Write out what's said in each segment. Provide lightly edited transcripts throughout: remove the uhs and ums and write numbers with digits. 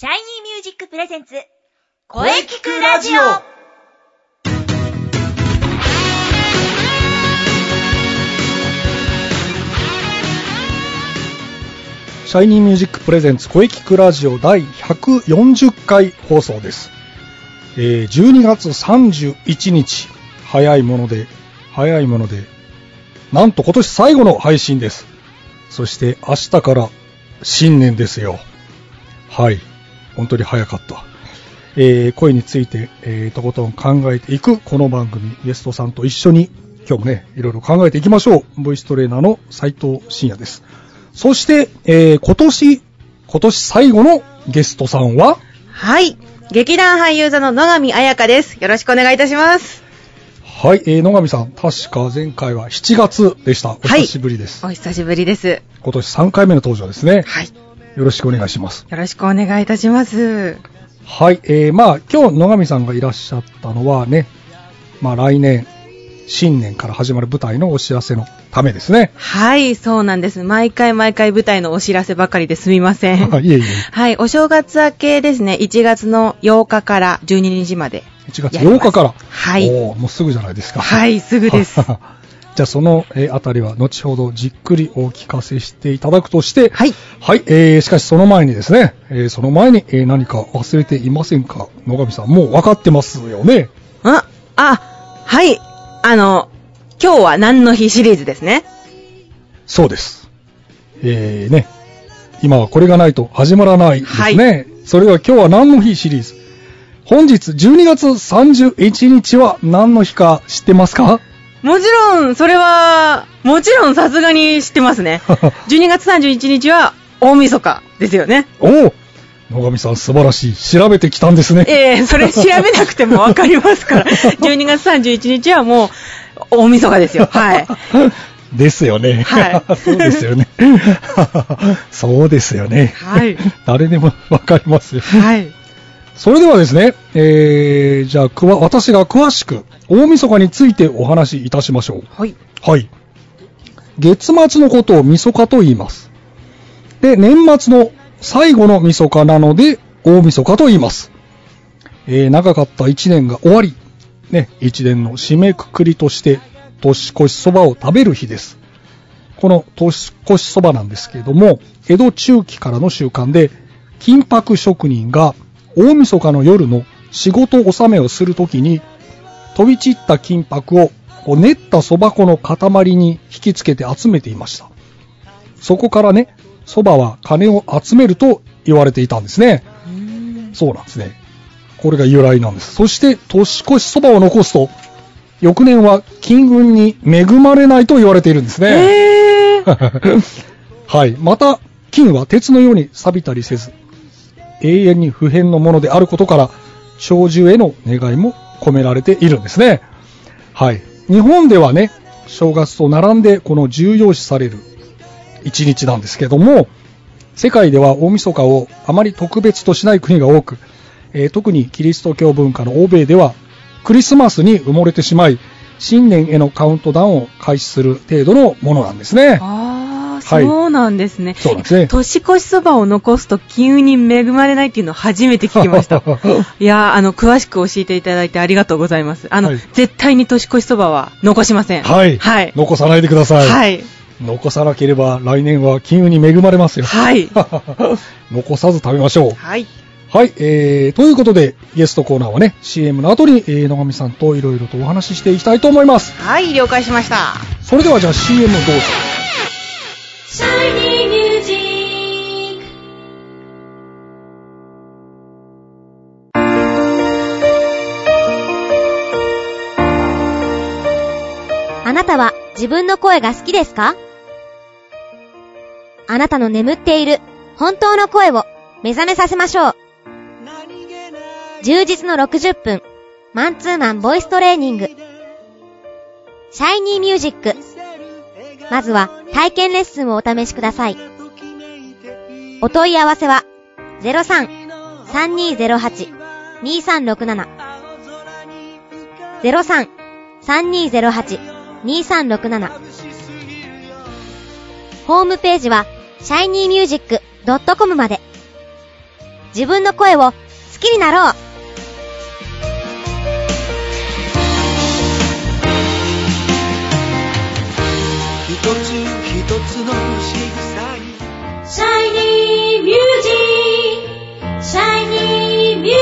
シャイニーミュージックプレゼンツ声聞くラジオ。 シャイニーミュージックプレゼンツ声聞くラジオ第140回放送です。12月31日早いものでなんと今年最後の配信です。そして明日から新年ですよ。はい、本当に早かった。声について、とことん考えていくこの番組、ゲストさんと一緒に今日もねいろいろ考えていきましょう。ボイストレーナーの斉藤真也です。そして、今年最後のゲストさんは、 はい、劇団俳優座の野上彩香です。よろしくお願いいたします。 はい、野上さん、確か前回は7月でした。お久しぶりです。 はい、お久しぶりです。 今年3回目の登場ですね。 はい、 よろしくお願いします。 よろしくお願いいたします。 はい、今日野上さんがいらっしゃったのはね、来年新年から始まる舞台のお知らせのためですね。 はい、そうなんです。毎回舞台のお知らせばかりですみません。 いえいえ。 はい、お正月明けですね、1月の8日から12日まで。 1月8日から。 はい。 もうすぐじゃないですか。 はい、すぐです。 じゃあその、あたりは後ほどじっくりお聞かせしていただくとして、 はい。 はい、しかしその前にですね、何か忘れていませんか？野上さん、もう分かってますよね。 はい。今日は何の日シリーズですね。 そうです。今はこれがないと始まらないですね。はい、それでは今日は何の日シリーズ。本日12月31日は何の日か知ってますか？ もちろんさすがに知ってますね。12月31日は大晦日ですよね。 野上さん素晴らしい。調べてきたんですね。 それ調べなくてもわかりますから。12月31日はもう大晦日ですよ。はい。 ですよね。 はい。 そうですよね。そうですよね。 はい。 誰でもわかりますよ。 はい。 それではですね、じゃあ私が詳しく大晦日についてお話しいたしましょう。 はい。 はい。月末のことを晦日と言います。で、年末の最後の晦日なので大晦日と言います。長かった1年が終わり、ね、1年の締めくくりとして年越しそばを食べる日です。この年越しそばなんですけれども、江戸中期からの習慣で金箔職人が大晦日の夜の仕事納めをするときに飛び散った金箔を練ったそば粉の塊に引き付けて集めていました。そこからね、そばは金を集めると言われていたんですね。そうなんですね。これが由来なんです。そして年越しそばを残すと翌年は金運に恵まれないと言われているんですね。はい。また金は鉄のように錆びたりせず永遠に不変のものであることから長寿への願いも込められているんですね。はい。日本ではね、正月と並んでこの重要視される一日なんですけども、世界では大晦日をあまり特別としない国が多く、特にキリスト教文化の欧米ではクリスマスに埋もれてしまい、新年へのカウントダウンを開始する程度のものなんですね。 そうなんですね。 そうなんですね。 年越しそばを残すと金運に恵まれないっていうのを初めて聞きました。いや詳しく教えていただいてありがとうございます。絶対に年越しそばは残しません。 はい。はい。残さないでください。 はい。 残さなければ来年は金運に恵まれますよ。 はい。 残さず食べましょう。 はい。 はい、ということでゲストコーナーはね CM の後に、野上さんといろいろとお話ししていきたいと思います。 はい、了解しました。 それではじゃあ CM どうぞ。 シャイニーミュージック。あなたは自分の声が好きですか？あなたの眠っている本当の声を目覚めさせましょう。充実の60分マンツーマンボイストレーニング、シャイニーミュージック。まずは体験レッスンをお試しください。お問い合わせは 03-3208-2367 03-3208-2367。ホームページは shinymusic.com まで。 自分の声を好きになろう。 一つ一つの仕草に Shiny Music Shiny Music。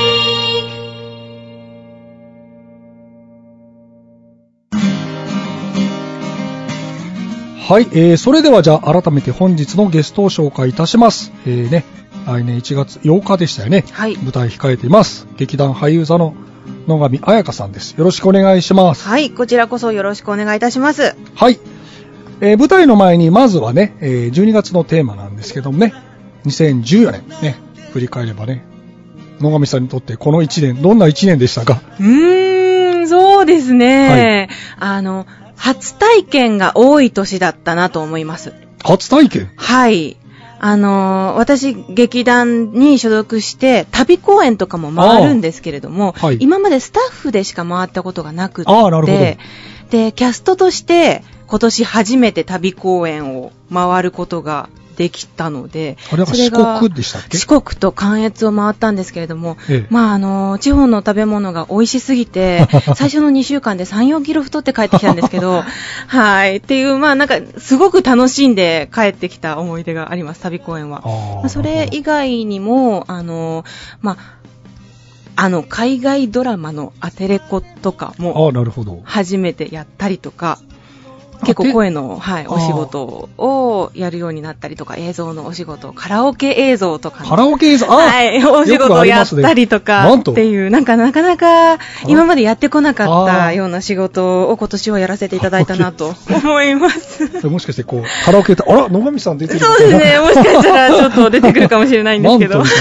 はい、それではじゃあ改めて本日のゲストを紹介いたします。ね、来年1月8日でしたよね。 はい。 舞台控えています。劇団俳優座の野上彩香さんです。よろしくお願いします。 はい、こちらこそよろしくお願いいたします。 はい。舞台の前にまずはね、12月のテーマなんですけどもね、2014年ね、振り返ればね、野上さんにとってこの1年、どんな1年でしたか？ そうですね。 はい、 初体験が多い年だったなと思います。 初体験？ はい。私、劇団に所属して、旅公演とかも回るんですけれども、はい、今までスタッフでしか回ったことがなくって、 なるほど。で、 キャストとして、今年初めて旅公演を回ることができたので、 あれは四国でしたっけ？ 四国と関越を回ったんですけれども、地方の食べ物が美味しすぎて、最初の2週間で3、4キロ太って帰ってきたんですけど、はい、っていう、なんか、すごく楽しんで帰ってきた思い出があります、旅公演は。それ以外にも、海外ドラマのアテレコとかも、初めてやったりとか、結構声の、お仕事をやるようになったりとか、映像のお仕事、カラオケ映像とか、 カラオケ映像、 お仕事をやったりとかっていう、なかなか今までやってこなかったような仕事を今年はやらせていただいたなと思います。 もしかしてカラオケって野上さん出てる？ そうですね、もしかしたらちょっと出てくるかもしれないんですけど。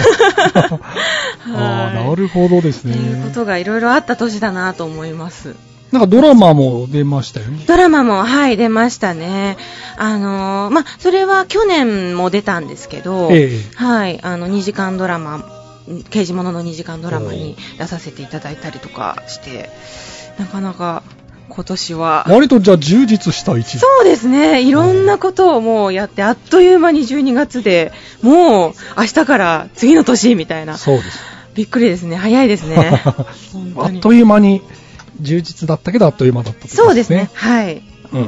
なるほどですね。 ということがいろいろあった年だなと思います。 なんかドラマも出ましたよね。 ドラマも、出ましたね。それは去年も出たんですけど、2時間ドラマ、刑事物の2時間ドラマに出させていただいたりとかして、なかなか今年は。 割とじゃあ充実した一年。 そうですね。いろんなことをもうやって、あっという間に12月で、もう明日から次の年みたいな。 そうです。 びっくりですね。早いですね。 あっという間に。充実だったけどあっという間だったですね。 そうですね。はい。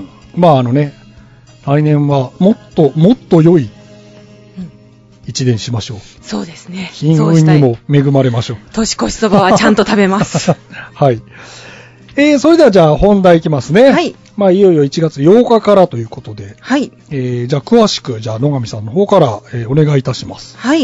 来年はもっと良い一年しましょう。 そうですね。 金運にも恵まれましょう。 年越しそばはちゃんと食べます。 はい。それではじゃあ本題いきますね。はい。いよいよ1月8日からということで。はい。じゃあ詳しく、野上さんの方から、お願いいたします。 はい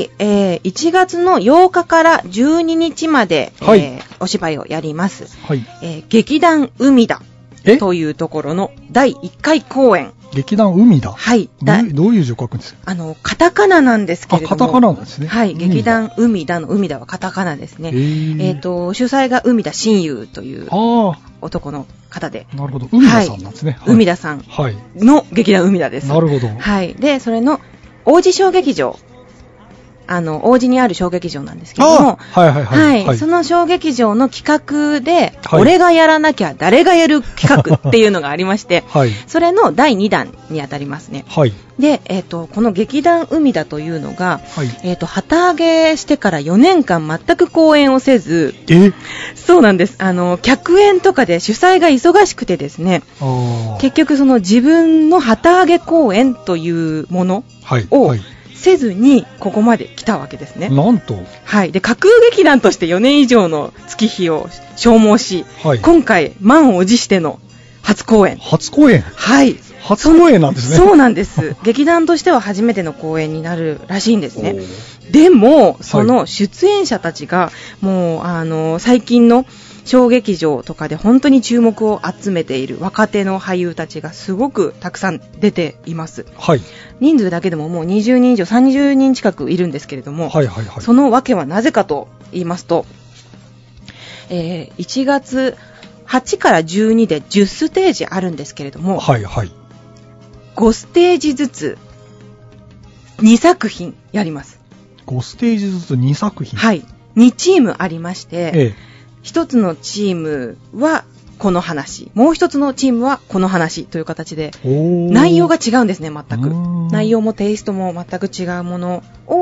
。1月の8日から12日まで、お芝居をやります。はい。劇団海だというところの第1回公演。 劇団海だ。 はい。 どういう字を書くんですか？ カタカナなんですけれども。 カタカナなんですね。 はい。劇団海だの海だはカタカナですね。主催が海田親友という男の方で。 なるほど。海田さんなんですね。 海田さんの劇団海田です。 なるほど。 はい。で、それの王子小劇場。王子にある小劇場なんですけども、その小劇場の企画で、俺がやらなきゃ誰がやる企画っていうのがありまして、それの第2弾にあたりますね。で、この劇団海だというのが、旗揚げしてから4年間全く公演をせず、そうなんです。客演とかで主催が忙しくてですね、結局その自分の旗揚げ公演というものを、せずにここまで来たわけですね。 なんと。 はい。で、架空劇団として4年以上の月日を消耗し、今回満を持しての初公演。 初公演？ はい。 初公演なんですね。 そうなんです。劇団としては初めての公演になるらしいんですね。でも、その出演者たちが、もう、最近の小劇場とかで本当に注目を集めている若手の俳優たちがすごくたくさん出ています。はい。人数だけでももう20人以上、30人近くいるんですけれども、その訳はなぜかと言いますと、1月8から12で10ステージあるんですけれども、5ステージずつ2作品やります。 5ステージずつ2作品？ はい。2チームありまして、一つのチームはこの話、もう一つのチームはこの話という形で、内容が違うんですね、全く。内容もテイストも全く違うものを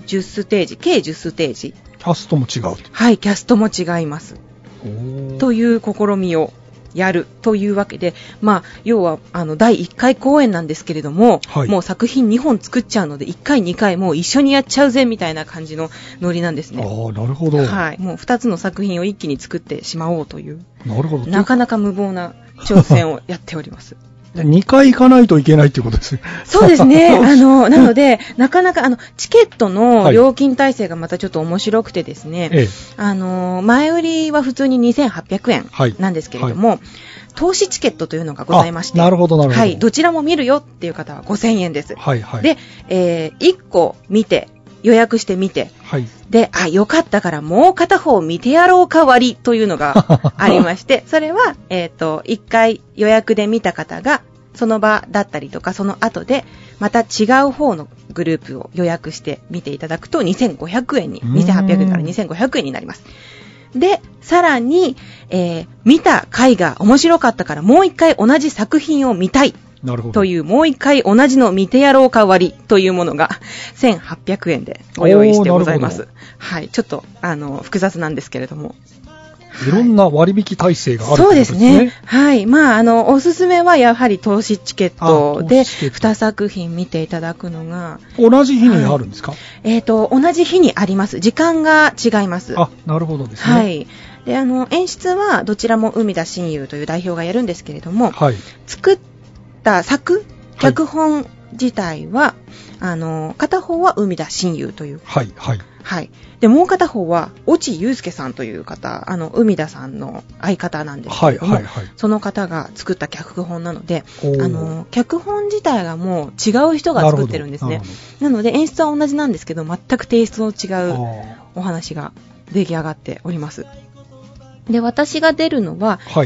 10ステージ、計10ステージ。 キャストも違う。 はい、キャストも違います。という試みをやるというわけで、まあ、要は第1回公演なんですけれども、はい、もう作品2本作っちゃうので1回2回もう一緒にやっちゃうぜみたいな感じのノリなんですね。 ああ、なるほど。 はい、もう2つの作品を一気に作ってしまおうという、 なるほど、 なかなか無謀な挑戦をやっております。 2回行かないといけないっていうことですね。 そうですね。なので、なかなか、チケットの料金体制がまたちょっと面白くてですね、前売りは普通に2800円なんですけれども、投資チケットというのがございまして、 なるほど、なるほど。 はい、どちらも見るよっていう方は5000円です。 はい、はい。 で、1個見て、予約してみて、はい、で、よかったからもう片方見てやろうか割というのがありまして、それは、1回予約で見た方が、その場だったりとか、その後で、また違う方のグループを予約して見ていただくと、2500円に、2800円から2500円になります。で、さらに、見た回が面白かったから、もう一回同じ作品を見たい。 なるほど。 というもう一回同じの見てやろうか割というものが1800円でご用意してございます。はい、ちょっと複雑なんですけれども、 いろんな割引体制があるということですね。 そうですね。はい。まあおすすめはやはり投資チケットで2作品見ていただくのが同じ日にあるんですか？ 同じ日にあります。時間が違います。 あ、なるほどですね。 はい。で演出はどちらも海田真優という代表がやるんですけれども、はい、作った脚本自体は、片方は海田真優という。 はい、はい。 はい。で、もう片方は、越智祐介さんという方、海田さんの相方なんですけれども、はい、はい、はい。その方が作った脚本なので、脚本自体がもう違う人が作ってるんですね。なので、演出は同じなんですけど、全くテイストの違うお話が出来上がっております。で、私が出るのは、はい、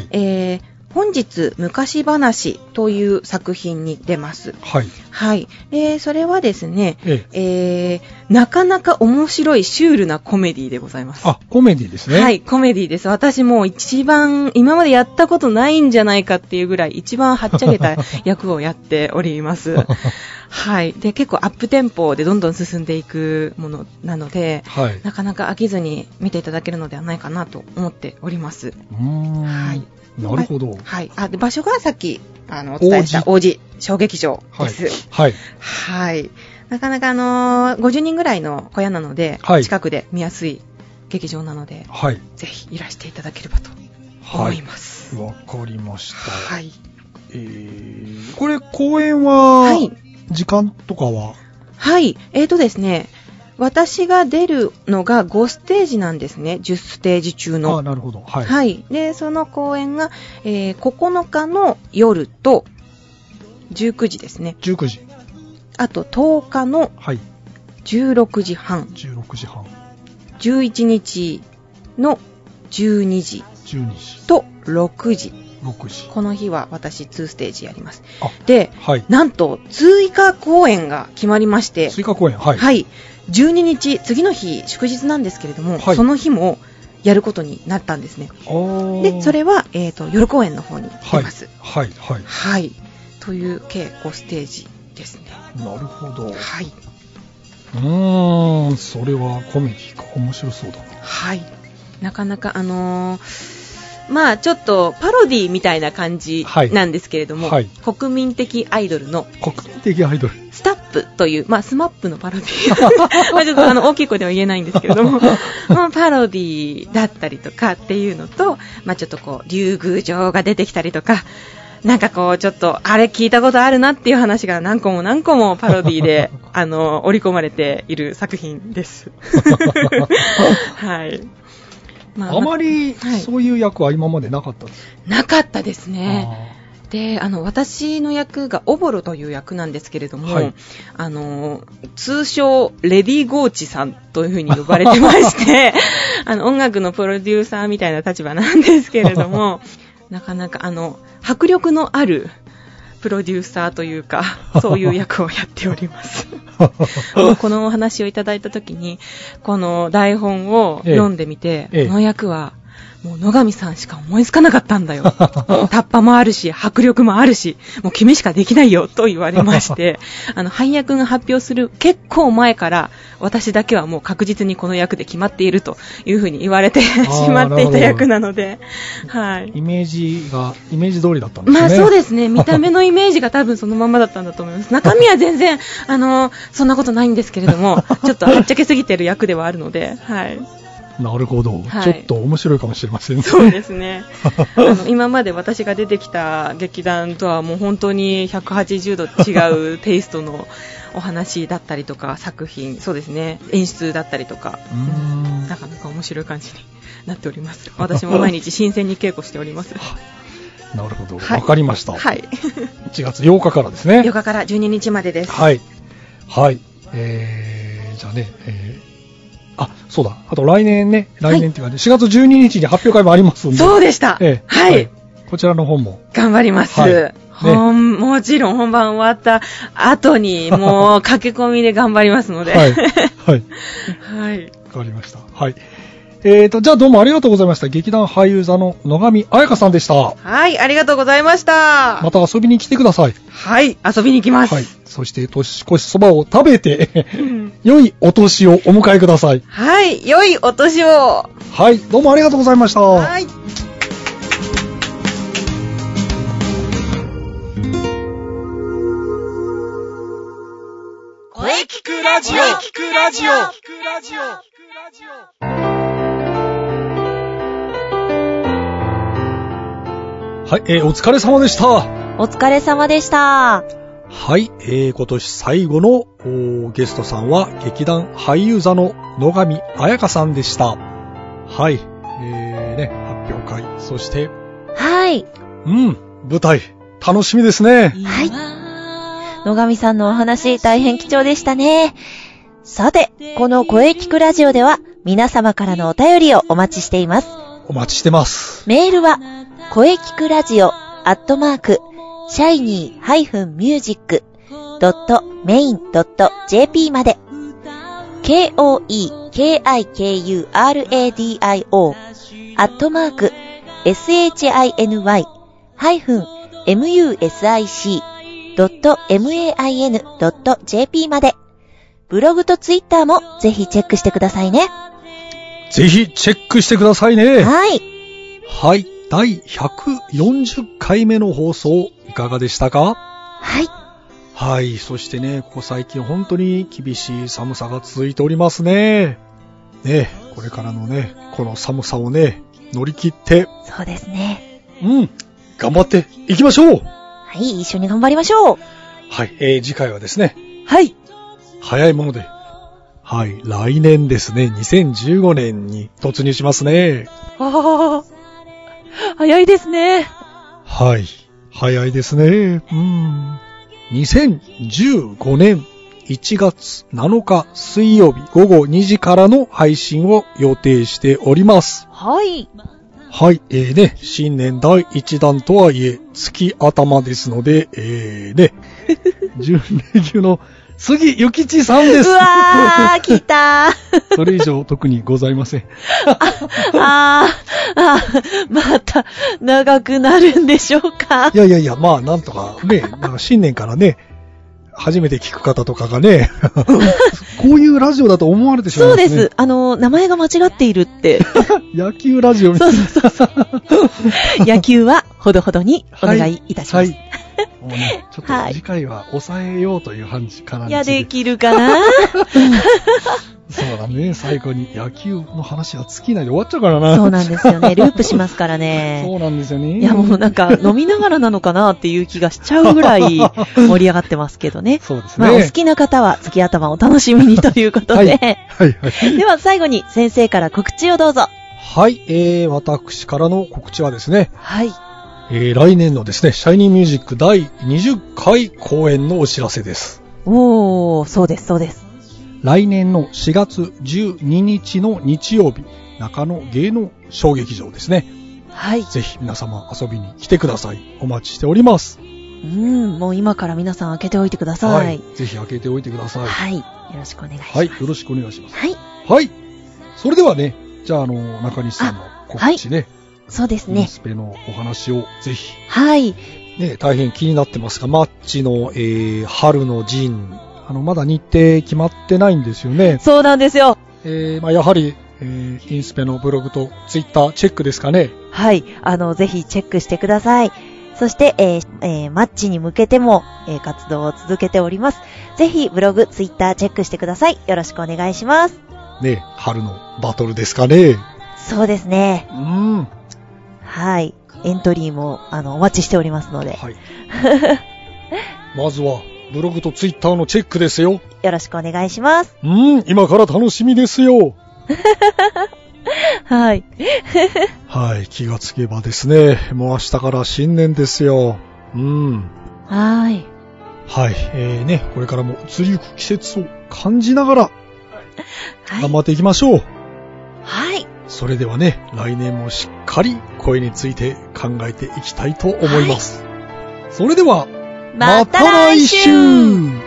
本日昔話という作品に出ます。はい。はい。それはですね、なかなか面白いシュールなコメディでございます。 あ、コメディですね。 はい、コメディです。私も一番、今までやったことないんじゃないかっていうぐらい、一番はっちゃけた役をやっております。はい。で、結構アップテンポでどんどん進んでいくものなので、はい、なかなか飽きずに見ていただけるのではないかなと思っております。 はい。なるほど。 はい。で、場所がさっき、お伝えした王子小劇場です。 はい。 はい。なかなか50人ぐらいの小屋なので、はい、近くで見やすい劇場なので、はい。ぜひいらしていただければと思います。 わ、かりました。 はい。 これ、公演は、はい。時間とかは？ はい。ですね、私が出るのが5ステージなんですね。10ステージ中の。 あ、なるほど。はい。 はい。で、その公演が、9日の夜と19時ですね。 19時。 あと10日の16時半。 16時半。 11日の12時。 12時。 と6時。 6時。 この日は私2ステージやります。で、はい、なんと追加公演が決まりまして。 追加公演、はい。 はい。12日、次の日、祝日なんですけれども、はい、その日もやることになったんですね。で、それは、夜公演の方に出ます。 はい、はい、はい。 はい。という計5ステージですね。 なるほど。 はい。 それはコメディか。面白そうだな。 はい。なかなか、まあちょっとパロディみたいな感じなんですけれども、はい、国民的アイドルの国民的アイドルスタップという、まあスマップのパロディまあちょっと大きい声では言えないんですけれどもパロディだったりとかっていうのと、まあちょっとこう竜宮城が出てきたりとか、なんかこうちょっとあれ聞いたことあるなっていう話が何個もパロディで織り込まれている作品ですはい。 あまりそういう役は今までなかったです。 なかったですね。で、私の役がオボロという役なんですけれども、はい、通称レディーゴーチさんというふうに呼ばれてまして音楽のプロデューサーみたいな立場なんですけれどもなかなか迫力のあるプロデューサーというかそういう役をやっておりますこのお話をいただいたときにこの台本を読んでみて、この役はもう野上さんしか思いつかなかったんだよ。タッパもあるし、迫力もあるし、もう君しかできないよと言われまして、配役が発表する結構前から、私だけはもう確実にこの役で決まっているというふうに言われてしまっていた役なので、はい。 イメージ通りだったんですね。 まあそうですね。見た目のイメージが多分そのままだったんだと思います。中身は全然、そんなことないんですけれども、ちょっとはっちゃけすぎてる役ではあるので、はい。 なるほど、はい、ちょっと面白いかもしれませんね。 そうですね。今まで私が出てきた劇団とはもう本当に180度違うテイストのお話だったりとか作品、そうですね、演出だったりとか、なかなか面白い感じになっております。私も毎日新鮮に稽古しております。 なるほど、わかりました。 はい。 1月8日からですね。 8日から12日までです。 はい。はい。じゃあね、そうだ。あと来年っていうかね、4月12日に発表会もありますんで。 そうでした。はい。 こちらの本も。 頑張ります。もちろん本番終わった後に、もう駆け込みで頑張りますので。はい。はい。 はい。わかりました。はい。じゃあどうもありがとうございました。劇団俳優座の野上彩香さんでした。 はい、ありがとうございました。 また遊びに来てください。 はい、遊びに行きます。はい。 そして年越しそばを食べて、良いお年をお迎えください。 はい、良いお年を。 はい、どうもありがとうございました。はい。 声聞くラジオ。 はい、お疲れ様でした。 お疲れ様でした。 はい、今年最後のゲストさんは劇団俳優座の野上彩香さんでした。はい、発表会、そして、 はい。 舞台、楽しみですね。 はい。野上さんのお話、大変貴重でしたね。さて、この声聞くラジオでは、皆様からのお便りをお待ちしています。 お待ちしてます。 メールは、声聞くラジオshiny-music.main.jp まで shiny-music.main.jp までブログとツイッターもぜひチェックしてくださいね。 ぜひチェックしてくださいね。 はい。 はい。第140回目の放送いかがでしたか？ はい。 はい。そしてね、ここ最近本当に厳しい寒さが続いておりますね。ね、これからのね、この寒さをね、乗り切って。 そうですね。 頑張っていきましょう。 はい、一緒に頑張りましょう。 はい。次回はですね。 はい。 早いもので。はい。来年ですね、2015年に突入しますね。 早いですね。 はい。早いですね。2015年1月7日水曜日午後2時からの配信を予定しております。 はい。 はい。新年第1弾とはいえ、月頭ですので、準レギュの杉ゆきちさんです。 うわー、来たー。 それ以上特にございません。 また長くなるんでしょうか。 いや、まあなんとかね、なんか新年からね、初めて聞く方とかがね、こういうラジオだと思われてしまいますね。 そうです。名前が間違っているって。 野球ラジオみたいな。 そう。野球はほどほどにお願いいたします。はい。 もうね、ちょっと次回は抑えようという感じかな。 いや、できるかな。 そうだね、最後に野球の話は尽きないで終わっちゃうからな。 そうなんですよね。ループしますからね。 そうなんですよね。 いや、もうなんか飲みながらなのかなっていう気がしちゃうぐらい盛り上がってますけどね。 そうですね。 まあ、お好きな方は月頭お楽しみにということで。 はい。 では最後に先生から告知をどうぞ。 はい、私からの告知はですね。 はい。 来年のですね、シャイニーミュージック第20回公演のお知らせです。 そうです。 来年の4月12日の日曜日、中野芸能小劇場ですね。 はい。 ぜひ皆様遊びに来てください。お待ちしております。 もう今から皆さん開けておいてください。 はい。ぜひ開けておいてください。 はい。よろしくお願いします。 はい。よろしくお願いします。 はい。 はい。それではね、じゃあ中西さんの告知ね。はい、 そうですね。 インスペのお話をぜひ。 はい。 ね、大変気になってますが、マッチの、春の陣、まだ日程決まってないんですよね。 そうなんですよ。 やはり、インスペのブログとツイッターチェックですかね。 はい。ぜひチェックしてください。そして、マッチに向けても、活動を続けております。ぜひ、ブログ、ツイッターチェックしてください。よろしくお願いします。 ね、春のバトルですかね。 そうですね。はい。エントリーも、お待ちしておりますので。はい。 まずは、ブログとツイッターのチェックですよ。 よろしくお願いします。 今から楽しみですよ。 はい。 はい、気がつけばですね、もう明日から新年ですよ。 はい。 はい、ね、これからも移りゆく季節を感じながら、頑張っていきましょう。 はい。 それではね、来年もしっかり声について考えていきたいと思います。それでは、 また来週